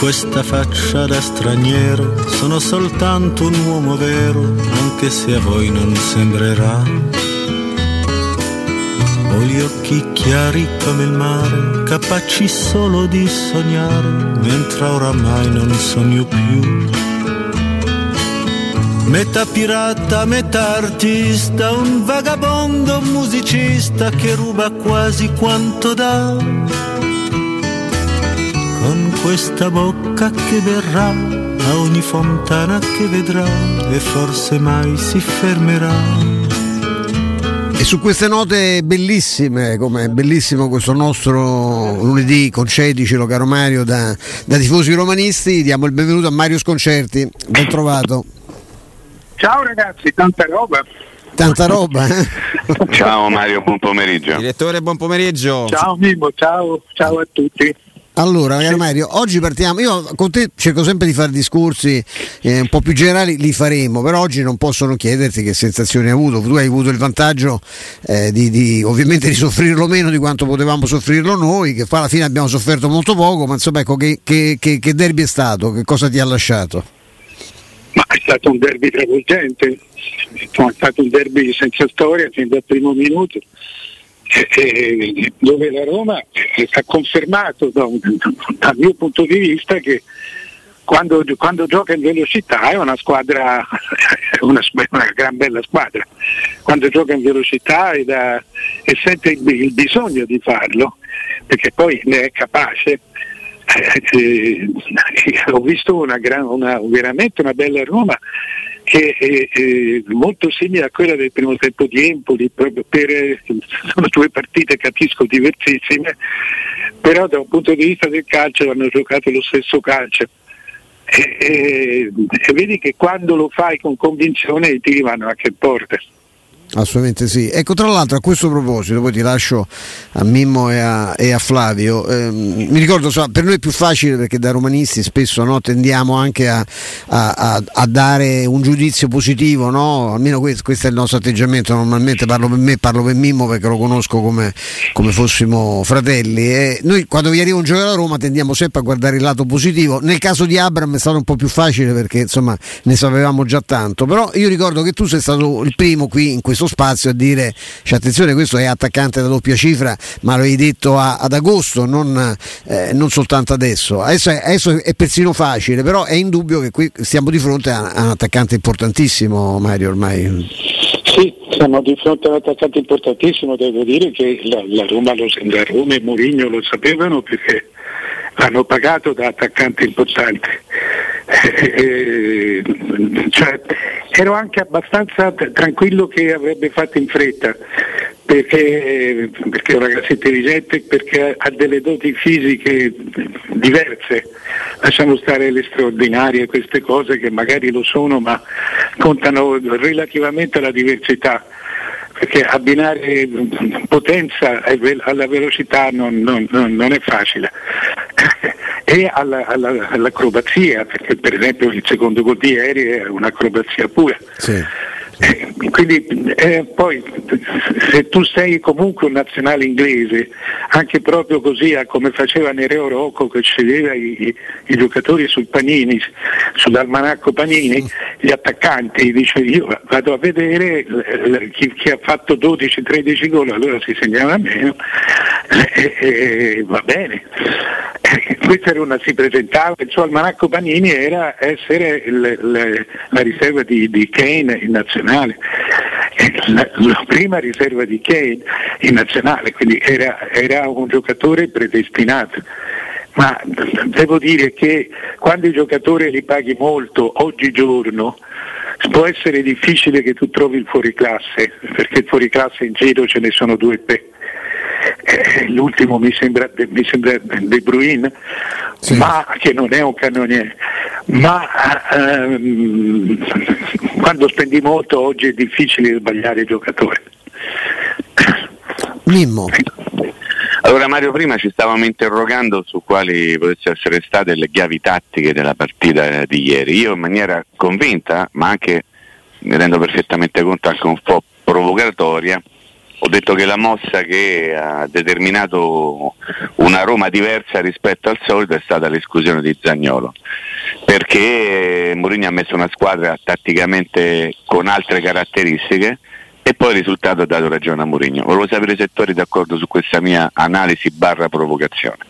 questa faccia da straniero sono soltanto un uomo vero, anche se a voi non sembrerà. Ho gli occhi chiari come il mare, capaci solo di sognare, mentre oramai non sogno più. Metà pirata, metà artista, un vagabondo musicista che ruba quasi quanto dà. Con questa bocca che berrà a ogni fontana che vedrà e forse mai si fermerà. E su queste note bellissime, come è bellissimo questo nostro lunedì, concedicelo caro Mario, da tifosi romanisti, diamo il benvenuto a Mario Sconcerti. Ben trovato. Ciao ragazzi, tanta roba. Tanta roba, eh? Ciao Mario, buon pomeriggio. Direttore, buon pomeriggio. Ciao Mimmo, ciao a tutti. Allora, caro Mario, oggi partiamo. Io con te cerco sempre di fare discorsi un po' più generali, li faremo, però oggi non posso non chiederti che sensazioni hai avuto. Tu hai avuto il vantaggio ovviamente di soffrirlo meno di quanto potevamo soffrirlo noi, che alla fine abbiamo sofferto molto poco, ma insomma ecco, che derby è stato? Che cosa ti ha lasciato? Ma è stato un derby travolgente, è stato un derby senza storia fin dal primo minuto, dove la Roma ha confermato dal mio punto di vista che quando gioca in velocità è una squadra, una gran bella squadra, quando gioca in velocità e sente il bisogno di farlo, perché poi ne è capace. Ho visto veramente una bella Roma che è molto simile a quella del primo tempo di Empoli, proprio sono due partite, capisco, diversissime, però da un punto di vista del calcio hanno giocato lo stesso calcio e vedi che quando lo fai con convinzione ti vanno anche in porta. Assolutamente sì. Ecco, tra l'altro a questo proposito, poi ti lascio a Mimmo e a Flavio, mi ricordo, per noi è più facile perché da romanisti spesso tendiamo anche a dare un giudizio positivo, no? Almeno questo è il nostro atteggiamento, normalmente parlo per me, parlo per Mimmo perché lo conosco come fossimo fratelli, e noi quando vi arriva un giocatore a Roma tendiamo sempre a guardare il lato positivo. Nel caso di Abraham è stato un po' più facile perché insomma ne sapevamo già tanto, però io ricordo che tu sei stato il primo qui in questo spazio a dire, attenzione, questo è attaccante da doppia cifra, ma lo hai detto ad agosto, non soltanto adesso è persino facile, però è indubbio che qui stiamo di fronte a un attaccante importantissimo, Mario, ormai. Sì, siamo di fronte a un attaccante importantissimo, devo dire che la Roma e Mourinho lo sapevano perché l'hanno pagato da attaccante importante. Cioè, ero anche abbastanza tranquillo che avrebbe fatto in fretta perché è un ragazzo intelligente, perché ha delle doti fisiche diverse, lasciamo stare le straordinarie, queste cose che magari lo sono ma contano relativamente alla diversità, perché abbinare potenza alla velocità non è facile e all'acrobazia, perché per esempio il secondo gol di ieri è un'acrobazia pura. Sì. Quindi poi se tu sei comunque un nazionale inglese, anche proprio così come faceva Nereo Rocco, che sceglieva i giocatori sul Panini, sull'almanacco Panini, gli attaccanti, dice io vado a vedere chi ha fatto 12-13 gol, allora si segnava meno e va bene. Questa si presentava, il suo almanacco Panini era essere la riserva di Kane in nazionale, la prima riserva di Kane in nazionale, quindi era un giocatore predestinato. Ma devo dire che quando i giocatori li paghi molto oggigiorno può essere difficile che tu trovi il fuoriclasse, perché il fuoriclasse in giro ce ne sono due l'ultimo mi sembra De Bruyne, sì, ma che non è un cannoniere, ma quando spendi molto oggi è difficile sbagliare il giocatore. Mimmo. Allora Mario, prima ci stavamo interrogando su quali potessero essere state le chiavi tattiche della partita di ieri. Io in maniera convinta, ma anche mi rendo perfettamente conto anche un po' provocatoria, ho detto che la mossa che ha determinato una Roma diversa rispetto al solito è stata l'esclusione di Zaniolo, perché Mourinho ha messo una squadra tatticamente con altre caratteristiche e poi il risultato ha dato ragione a Mourinho. Volevo sapere se tu eri d'accordo su questa mia analisi / provocazione.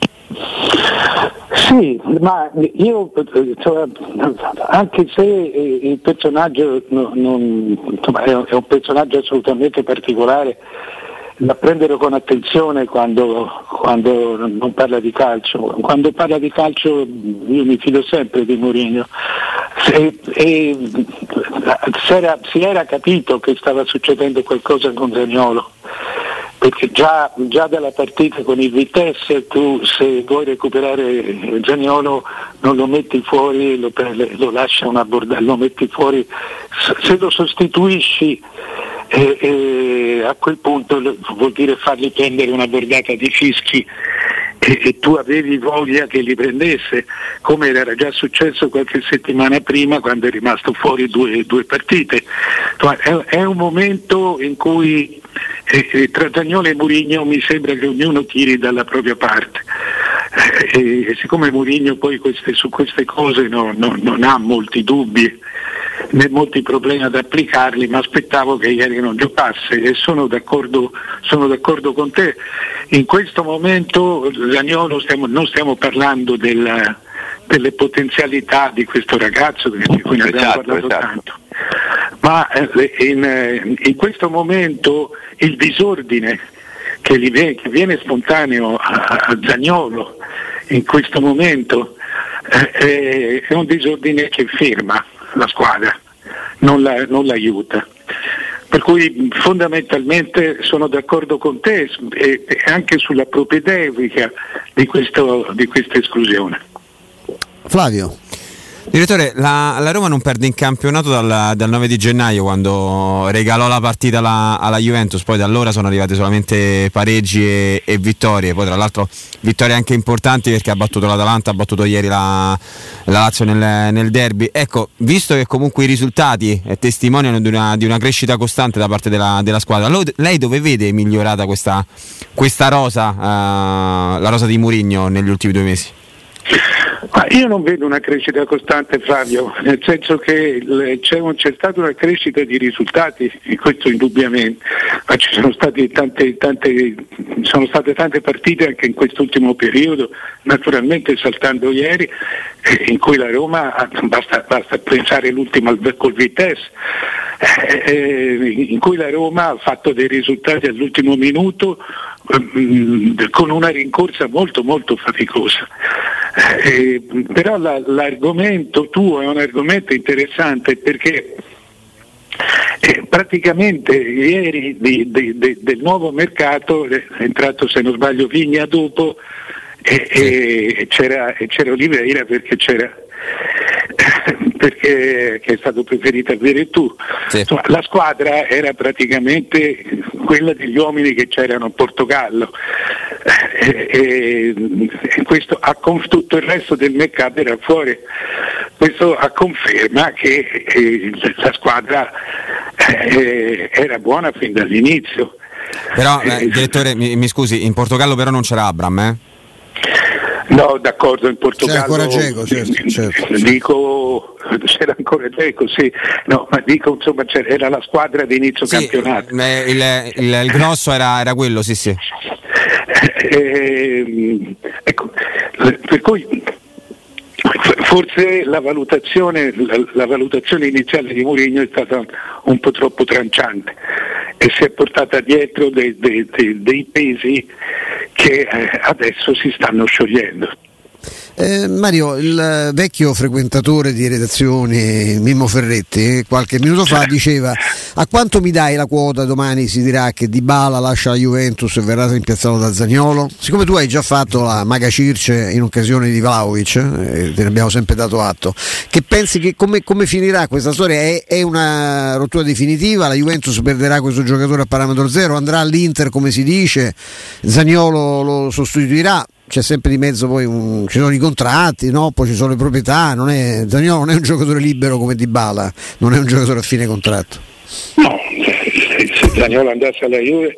Sì, ma io anche se il personaggio è un personaggio assolutamente particolare da prendere con attenzione quando non parla di calcio. Quando parla di calcio io mi fido sempre di Mourinho e si era capito che stava succedendo qualcosa con Zaniolo, perché già dalla partita con il Vitesse tu, se vuoi recuperare Zaniolo, non lo metti fuori, lo lascia una bordata, lo metti fuori, se lo sostituisci a quel punto vuol dire fargli prendere una bordata di fischi e tu avevi voglia che li prendesse, come era già successo qualche settimana prima quando è rimasto fuori due partite. È un momento in cui tra Zaniolo e Mourinho mi sembra che ognuno tiri dalla propria parte, e siccome Mourinho poi su queste cose non ha molti dubbi né molti problemi ad applicarli, ma aspettavo che ieri non giocasse e sono d'accordo con te. In questo momento Zaniolo non stiamo parlando delle potenzialità di questo ragazzo di cui ne abbiamo parlato tanto, ma in questo momento il disordine che viene spontaneo a Zaniolo in questo momento è un disordine che ferma la squadra, non l'aiuta. Per cui fondamentalmente sono d'accordo con te e anche sulla propedeutica di questa esclusione. Flavio. Direttore, la Roma non perde in campionato dal 9 di gennaio, quando regalò la partita alla Juventus. Poi da allora sono arrivate solamente pareggi e vittorie. Poi tra l'altro vittorie anche importanti, perché ha battuto l'Atalanta, ha battuto ieri la Lazio nel derby. Ecco, visto che comunque i risultati testimoniano di una crescita costante da parte della squadra, lei dove vede migliorata questa rosa, la rosa di Mourinho negli ultimi 2 mesi? Ma io non vedo una crescita costante, Flavio, nel senso che c'è stata una crescita di risultati, questo indubbiamente, ma ci sono state tante partite anche in quest'ultimo periodo, naturalmente saltando ieri, in cui la Roma, basta pensare l'ultima col Vitesse, in cui la Roma ha fatto dei risultati all'ultimo minuto con una rincorsa molto molto faticosa. Però l'argomento tuo è un argomento interessante, perché praticamente ieri del nuovo mercato è entrato, se non sbaglio, Vigna dopo e c'era Oliveira perché che è stato preferito a Veretù. Sì. Insomma, la squadra era praticamente quella degli uomini che c'erano a Portogallo, e questo tutto il resto del mercato era fuori. Questo a conferma che la squadra era buona fin dall'inizio. Però direttore, mi scusi, in Portogallo però non c'era Abraham, eh? No, d'accordo, in Portogallo c'era ancora Dzeko, certo. Dico, c'era ancora Dzeko, sì, no, ma dico, insomma, era la squadra di inizio campionato. Il grosso era quello, sì. Ecco, per cui forse la valutazione iniziale di Mourinho è stata un po' troppo tranciante e si è portata dietro dei pesi che adesso si stanno sciogliendo. Mario, il vecchio frequentatore di redazione Mimmo Ferretti qualche minuto fa diceva: a quanto mi dai la quota domani si dirà che Dybala lascia la Juventus e verrà rimpiazzato da Zaniolo? Siccome tu hai già fatto la Maga Circe in occasione di Vlahovic, te ne abbiamo sempre dato atto, che pensi che come finirà questa storia? È una rottura definitiva? La Juventus perderà questo giocatore a parametro zero? Andrà all'Inter come si dice? Zaniolo lo sostituirà? C'è sempre di mezzo poi ci sono i contratti, no? Poi ci sono le proprietà. Zaniolo non è un giocatore libero come Dybala, non è un giocatore a fine contratto. No, se Zaniolo andasse alla Juve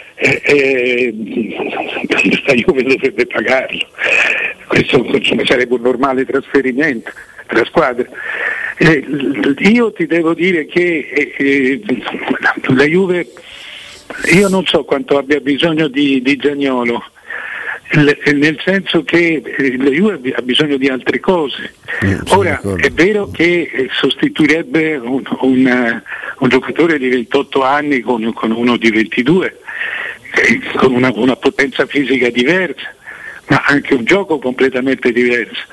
la Juve dovrebbe pagarlo. Questo sarebbe un normale trasferimento tra squadre. Io ti devo dire che la Juve, io non so quanto abbia bisogno di Zaniolo, nel senso che la Juve ha bisogno di altre cose. Ora è vero che sostituirebbe un giocatore di 28 anni con uno di 22, con una potenza fisica diversa, ma anche un gioco completamente diverso.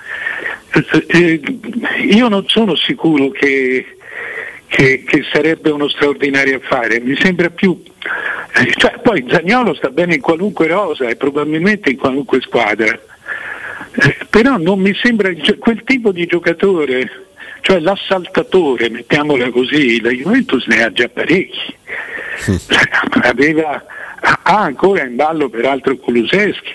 Io non sono sicuro che sarebbe uno straordinario affare, mi sembra più, poi Zaniolo sta bene in qualunque rosa e probabilmente in qualunque squadra, però non mi sembra quel tipo di giocatore, cioè l'assaltatore, mettiamola così. La Juventus ne ha già parecchi, ha ancora in ballo peraltro Kulusevski,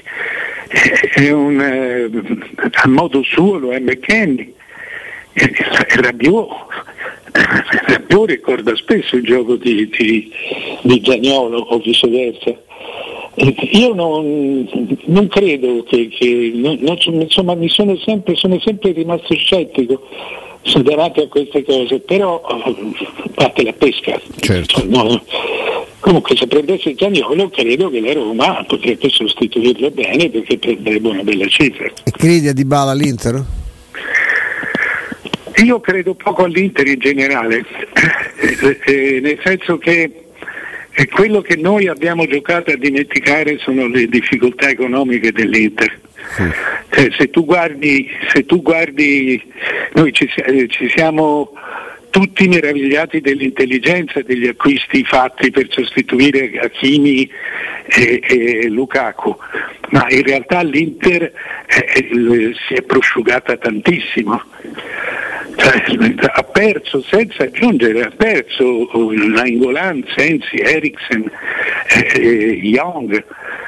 a modo suo lo è McKennie, Rabiot ricorda spesso il gioco di Zaniolo o viceversa. Io non credo insomma sono sempre rimasto scettico davanti a queste cose, però parte la pesca. Certo. Comunque se prendesse Zaniolo credo che la Roma potrebbe sostituirlo bene, perché prenderebbe una bella cifra. E credi a Dybala all'Inter? Io credo poco all'Inter in generale, nel senso che quello che noi abbiamo giocato a dimenticare sono le difficoltà economiche dell'Inter. Se tu guardi, noi ci siamo tutti meravigliati dell'intelligenza degli acquisti fatti per sostituire Hakimi e Lukaku, ma in realtà l'Inter si è prosciugata tantissimo. Ha perso, senza aggiungere, ha perso Nainggolan, Sensi, Eriksen, Young,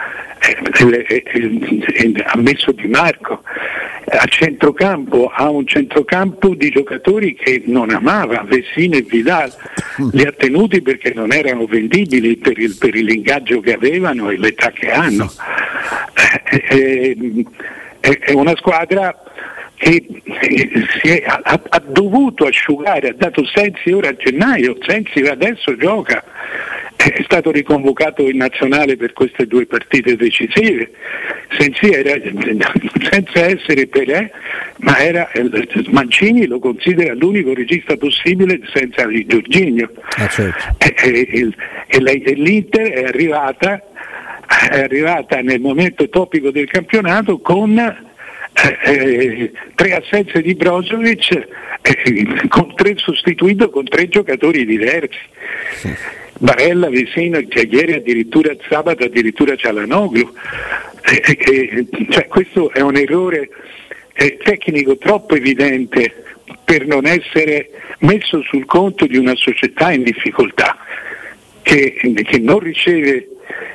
ha messo Di Marco. A centrocampo ha un centrocampo di giocatori che non amava, Vecino e Vidal, li ha tenuti perché non erano vendibili per l'ingaggio che avevano e l'età che hanno. È una squadra che ha dovuto asciugare, ha dato Sensi ora a gennaio, Sensi adesso gioca, è stato riconvocato in nazionale per queste 2 partite decisive. Sensi era, senza essere Pelé, ma era, Mancini lo considera l'unico regista possibile senza di Jorginho. Certo. E l'Inter è arrivata nel momento topico del campionato con 3 assenze di Brozovic, sostituito con 3 giocatori diversi. Barella, Vesino, ieri addirittura sabato addirittura Çalhanoğlu. Cioè, questo è un errore tecnico troppo evidente per non essere messo sul conto di una società in difficoltà che non riceve,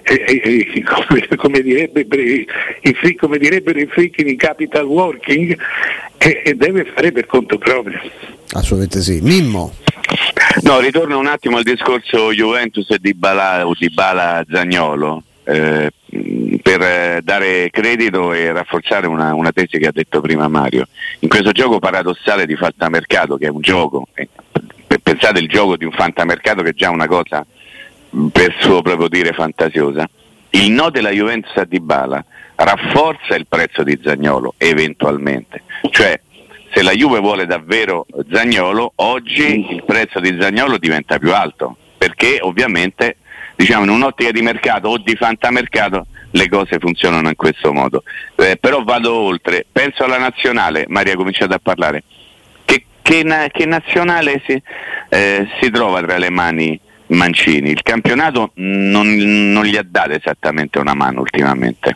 come direbbero i freak in capital working, e deve fare per conto proprio. Assolutamente sì. Mimmo. No, ritorno un attimo al discorso Juventus e Dybala Zaniolo, per dare credito e rafforzare una tesi che ha detto prima Mario. In questo gioco paradossale di fantamercato, che è un gioco, pensate il gioco di un fantamercato che è già una cosa per suo proprio dire fantasiosa, il no della Juventus a Dybala rafforza il prezzo di Zaniolo eventualmente, cioè se la Juve vuole davvero Zaniolo, oggi il prezzo di Zaniolo diventa più alto, perché ovviamente, diciamo, in un'ottica di mercato o di fantamercato le cose funzionano in questo modo. Però vado oltre, penso alla nazionale. Maria ha cominciato a parlare. Che nazionale si trova tra le mani Mancini? Il campionato non gli ha dato esattamente una mano ultimamente.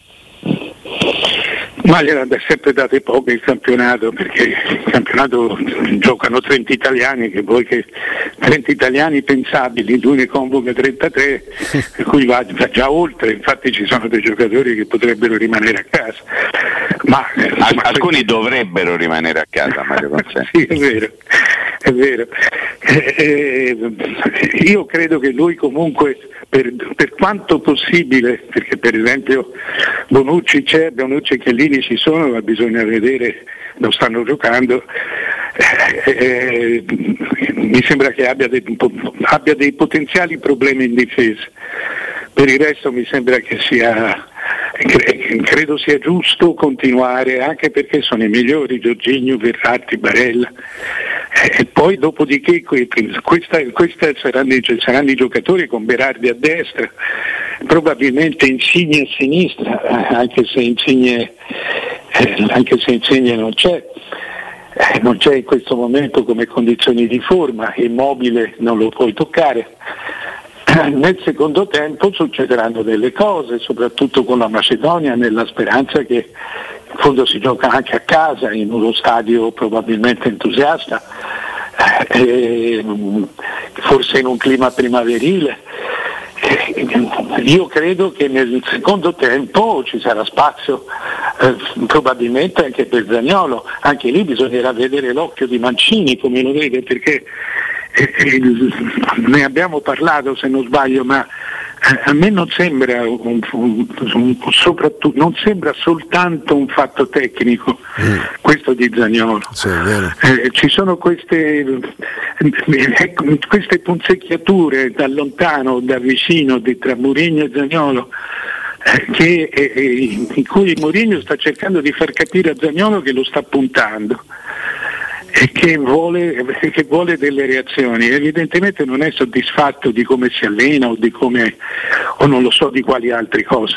Ma gliene ha sempre date poche il campionato, perché il campionato giocano 30 italiani, che vuoi che 30 italiani pensabili, lui ne convoca 33, per cui va già oltre. Infatti ci sono dei giocatori che potrebbero rimanere a casa. Ma alcuni dovrebbero rimanere a casa, Mario Consenti. Sì, è vero. è vero. Io credo che lui comunque per quanto possibile, perché per esempio Bonucci c'è, Bonucci e Chiellini ci sono, ma bisogna vedere, non stanno giocando, mi sembra che abbia dei potenziali problemi in difesa. Per il resto mi sembra che credo sia giusto continuare, anche perché sono i migliori, Jorginho, Verratti, Barella, e poi dopodiché saranno i giocatori con Berardi a destra, probabilmente Insigne a sinistra, anche se Insigne non c'è in questo momento come condizioni di forma, Immobile non lo puoi toccare. Nel secondo tempo succederanno delle cose, soprattutto con la Macedonia, nella speranza che in fondo si gioca anche a casa, in uno stadio probabilmente entusiasta, forse in un clima primaverile. Io credo che nel secondo tempo ci sarà spazio probabilmente anche per Zaniolo, anche lì bisognerà vedere l'occhio di Mancini come lo vede, perché ne abbiamo parlato se non sbaglio, ma a me non sembra soprattutto non sembra soltanto un fatto tecnico questo di Zaniolo. Sì, ci sono queste punzecchiature da lontano, da vicino, tra Mourinho e Zaniolo, in cui Mourinho sta cercando di far capire a Zaniolo che lo sta puntando e che vuole delle reazioni. Evidentemente non è soddisfatto di come si allena o non lo so di quali altre cose,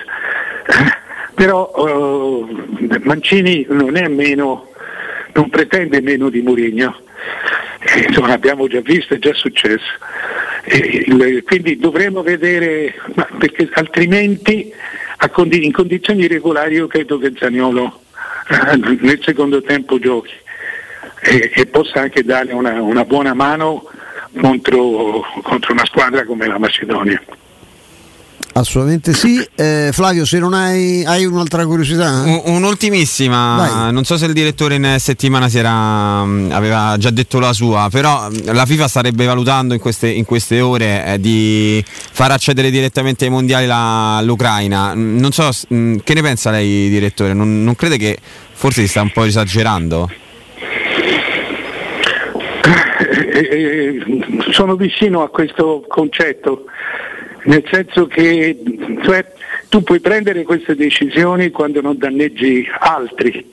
però Mancini non pretende meno di Mourinho, insomma abbiamo già visto, è già successo, quindi dovremo vedere, perché altrimenti in condizioni regolari io credo che Zaniolo nel secondo tempo giochi e possa anche dare una buona mano contro una squadra come la Macedonia. Assolutamente sì. Flavio, se non hai un'altra curiosità? Un'ultimissima. Vai. Non so se il direttore in settimana aveva già detto la sua, però la FIFA starebbe valutando in queste ore di far accedere direttamente ai mondiali l'Ucraina. Non so, che ne pensa lei, direttore? Non crede che forse si sta un po' esagerando? Sono vicino a questo concetto, nel senso che tu puoi prendere queste decisioni quando non danneggi altri.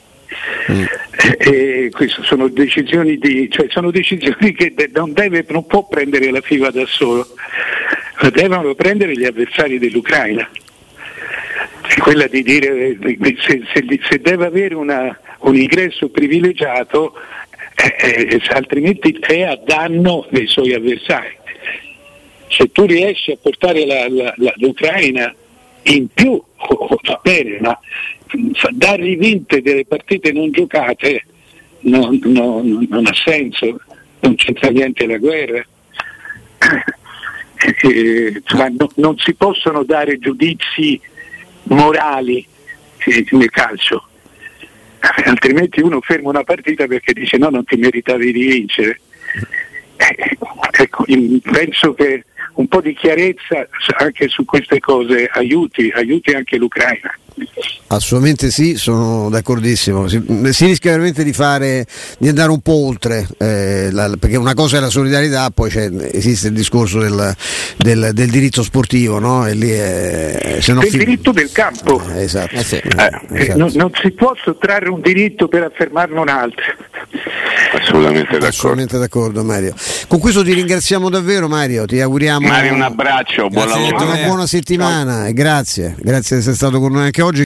E queste sono decisioni che non può prendere la FIFA da solo, la devono prendere gli avversari dell'Ucraina. Quella di dire se deve avere un ingresso privilegiato, altrimenti è a danno dei suoi avversari. Se tu riesci a portare l'Ucraina in più, va bene, ma dargli vinte delle partite non giocate non ha senso, non c'entra niente la guerra. Non si possono dare giudizi morali nel calcio, altrimenti uno ferma una partita perché dice no, non ti meritavi di vincere. Ecco, penso che un po' di chiarezza anche su queste cose aiuti anche l'Ucraina. Assolutamente sì, sono d'accordissimo. Si rischia veramente di andare un po' oltre, perché una cosa è la solidarietà, poi esiste il discorso del diritto sportivo, no? E lì diritto del campo. Esatto. Esatto. Non si può sottrarre un diritto per affermarne un altro. Assolutamente d'accordo, Mario. Con questo ti ringraziamo davvero, Mario, ti auguriamo Mario, un abbraccio, buon lavoro. Una buona settimana. Ciao. Grazie di essere stato con noi anche oggi.